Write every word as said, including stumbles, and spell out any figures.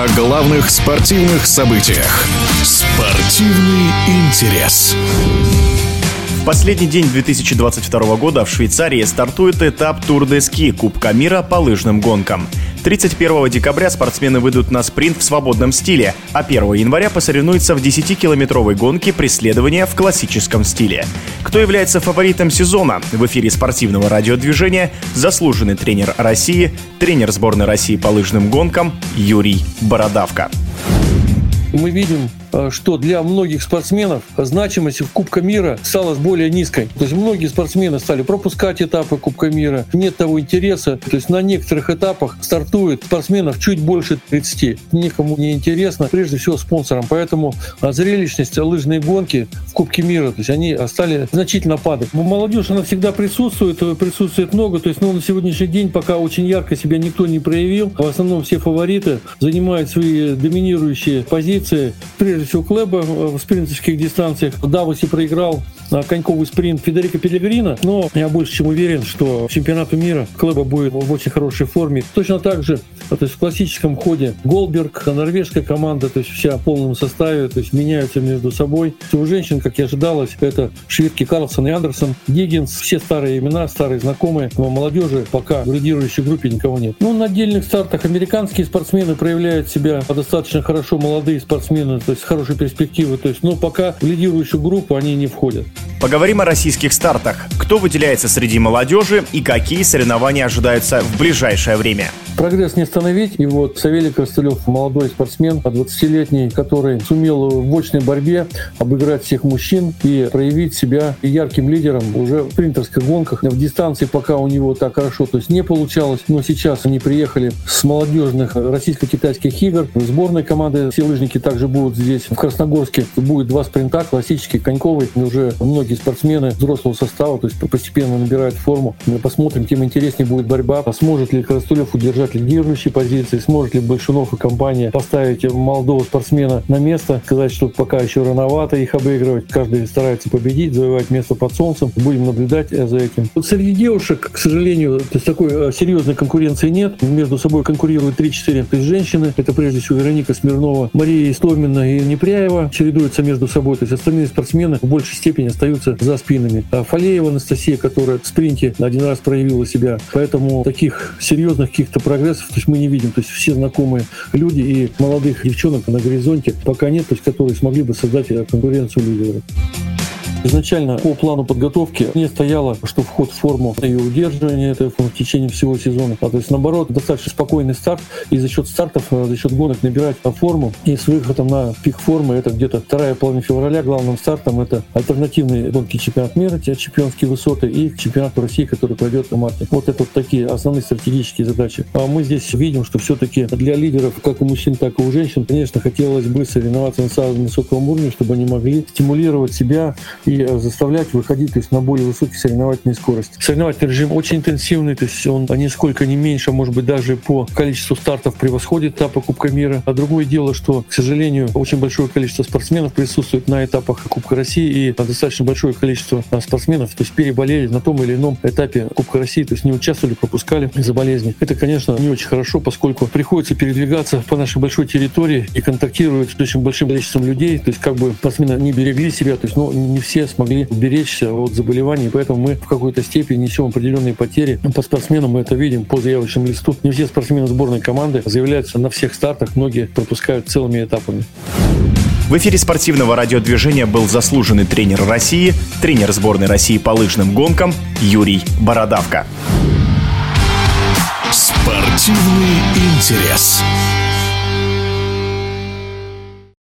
о главных спортивных событиях. Спортивный интерес. В последний день две тысячи двадцать второго года в Швейцарии стартует этап Тур де Ски Кубка мира по лыжным гонкам. тридцать первого декабря спортсмены выйдут на спринт в свободном стиле, а первого января посоревнуются в десятикилометровой гонке преследования в классическом стиле. Кто является фаворитом сезона? В эфире спортивного радиодвижения заслуженный тренер России, тренер сборной России по лыжным гонкам Юрий Бородавка. Мы видим, что для многих спортсменов значимость Кубка мира стала более низкой. То есть многие спортсмены стали пропускать этапы Кубка мира, нет того интереса. То есть на некоторых этапах стартует спортсменов чуть больше тридцати. Никому не интересно, прежде всего спонсорам. Поэтому зрелищность лыжной гонки в Кубке мира, то есть они стали значительно падать. Молодежь, она всегда присутствует, присутствует много. То есть ну, на сегодняшний день пока очень ярко себя никто не проявил. В основном все фавориты занимают свои доминирующие позиции. Прежде всего Клэба в спринтерских дистанциях. В Давосе проиграл коньковый спринт Федерико Пеллегрино, но я больше чем уверен, что к чемпионату мира Клэба будет в очень хорошей форме. Точно так же, то есть в классическом ходе Голдберг, норвежская команда, то есть вся в полном составе, то есть меняются между собой. У женщин, как и ожидалось, это шведки Карлсон и Андерсон, Гиггинс, все старые имена, старые знакомые. Но молодежи пока в лидирующей группе никого нет. Ну, на отдельных стартах американские спортсмены проявляют себя достаточно хорошо, молодые спортсмены, то есть с хорошей перспективой, то есть, но пока в лидирующую группу они не входят. Поговорим о российских стартах. Кто выделяется среди молодежи и какие соревнования ожидаются в ближайшее время? Прогресс не остановить. И вот Савелий Коростылев, молодой спортсмен, двадцатилетний, который сумел в очной борьбе обыграть всех мужчин и проявить себя ярким лидером уже в спринтерских гонках. В дистанции пока у него так хорошо то есть не получалось, но сейчас они приехали с молодежных российско-китайских игр. Сборной команды все лыжники также будут здесь, в Красногорске. Будет два спринта, классический, коньковый. И уже многие спортсмены взрослого состава, то есть постепенно набирают форму. Мы посмотрим, тем интереснее будет борьба. Сможет ли Коростылев удержать лидирующие позиции, сможет ли Большунов и компания поставить молодого спортсмена на место, сказать, что пока еще рановато их обыгрывать. Каждый старается победить, завоевать место под солнцем. Будем наблюдать за этим. Вот среди девушек, к сожалению, то есть такой серьезной конкуренции нет. Между собой конкурируют три-четыре женщины. Это прежде всего Вероника Смирнова, Мария Истомина и Непряева. Чередуются между собой. То есть остальные спортсмены в большей степени остаются за спинами. А Фалеева Анастасия, которая в спринте один раз проявила себя. Поэтому таких серьезных каких-то прогрессов то есть мы не видим. То есть все знакомые люди и молодых девчонок на горизонте пока нет, то есть которые смогли бы создать конкуренцию лидеров. Изначально по плану подготовки не стояло, что вход в форму и удерживание этой формы в течение всего сезона. А, то есть наоборот, достаточно спокойный старт, и за счет стартов, за счет гонок набирать форму. И с выходом на пик формы, это где-то вторая половина февраля, главным стартом это альтернативные гонки чемпионат мира, чемпионские высоты, и чемпионат России, который пройдет в марте. Вот это вот такие основные стратегические задачи. А мы здесь видим, что все-таки для лидеров, как у мужчин, так и у женщин, конечно, хотелось бы соревноваться на самом высоком уровне, чтобы они могли стимулировать себя и и заставлять выходить то есть, на более высокие соревновательные скорости. Соревновательный режим очень интенсивный, то есть он нисколько не меньше, может быть, даже по количеству стартов превосходит этапы Кубка мира. А другое дело, что, к сожалению, очень большое количество спортсменов присутствует на этапах Кубка России, и достаточно большое количество спортсменов то есть, переболели на том или ином этапе Кубка России, то есть не участвовали, пропускали из-за болезни. Это, конечно, не очень хорошо, поскольку приходится передвигаться по нашей большой территории и контактировать с очень большим количеством людей, то есть как бы спортсмены не берегли себя, то есть но не все смогли уберечься от заболеваний, поэтому мы в какой-то степени несем определенные потери. По спортсменам мы это видим по заявочному листу. Не все спортсмены сборной команды заявляются на всех стартах, многие пропускают целыми этапами. В эфире спортивного радиодвижения был заслуженный тренер России, тренер сборной России по лыжным гонкам Юрий Бородавка. Спортивный интерес.